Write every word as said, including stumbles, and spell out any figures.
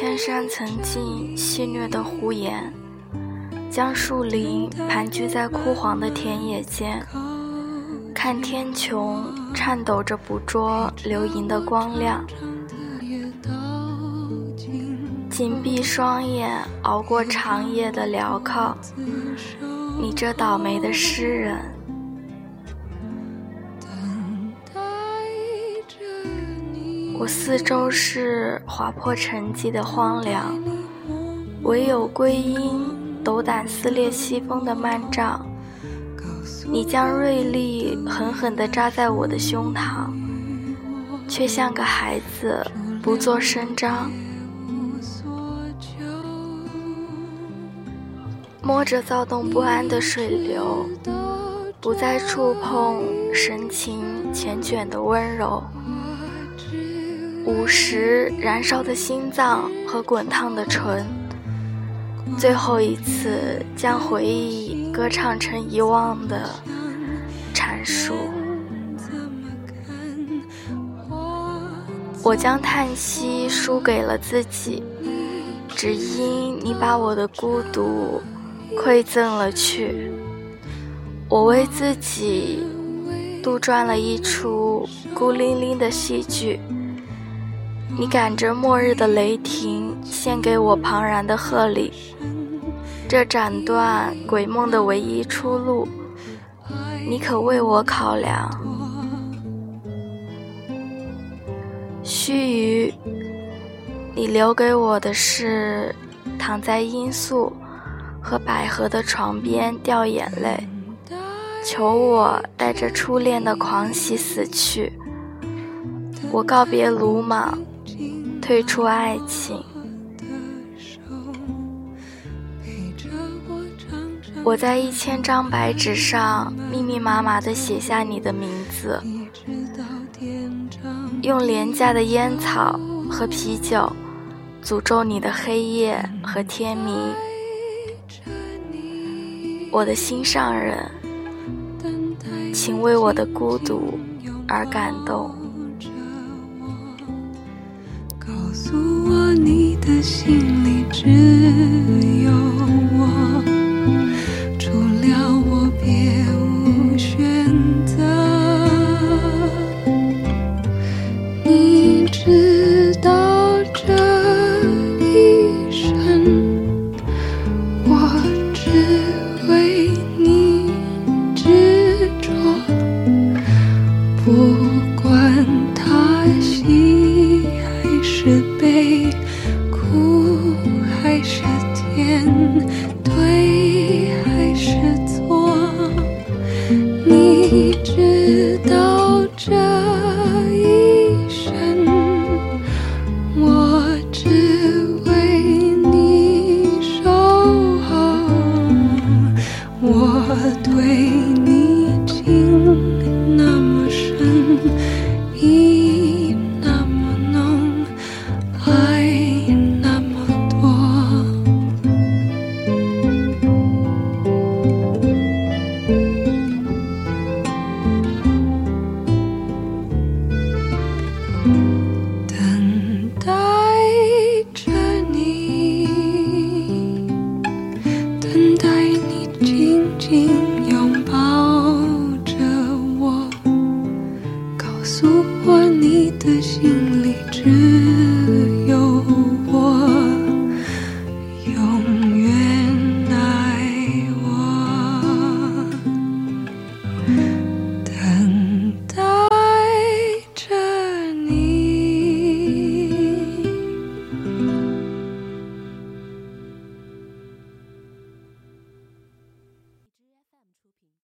千山曾尽戏谑的胡言，将树林盘踞在枯黄的田野间，看天穹颤抖着捕捉流萤的光亮，紧闭双眼熬过长夜的镣铐。你这倒霉的诗人，我四周是划破沉寂的荒凉，唯有归音斗胆撕裂西风的幔帐。你将锐利狠狠地扎在我的胸膛，却像个孩子不做声张。摸着躁动不安的水流，不再触碰深情缱绻的温柔。午时燃烧的心脏和滚烫的唇，最后一次将回忆歌唱成遗忘的阐述。我将叹息输给了自己，只因你把我的孤独馈赠了去。我为自己杜撰了一出孤零零的戏剧，你赶着末日的雷霆献给我庞然的贺礼，这斩断鬼梦的唯一出路，你可为我考量。须臾，你留给我的是躺在罂粟和百合的床边掉眼泪，求我带着初恋的狂喜死去。我告别鲁莽，退出爱情。我在一千张白纸上密密麻麻地写下你的名字，用廉价的烟草和啤酒诅咒你的黑夜和天明。我的心上人，请为我的孤独而感动。 告诉我你的心里只有我，除了我别无选择。你知道这一生我只为你执着，不管他喜还是悲，苦还是甜，对还是错，你知道这一生我只为你守候，我对你情那么深，意那么浓，爱那么多。等待着你，等待你紧紧拥抱着我，告诉我你的心里只有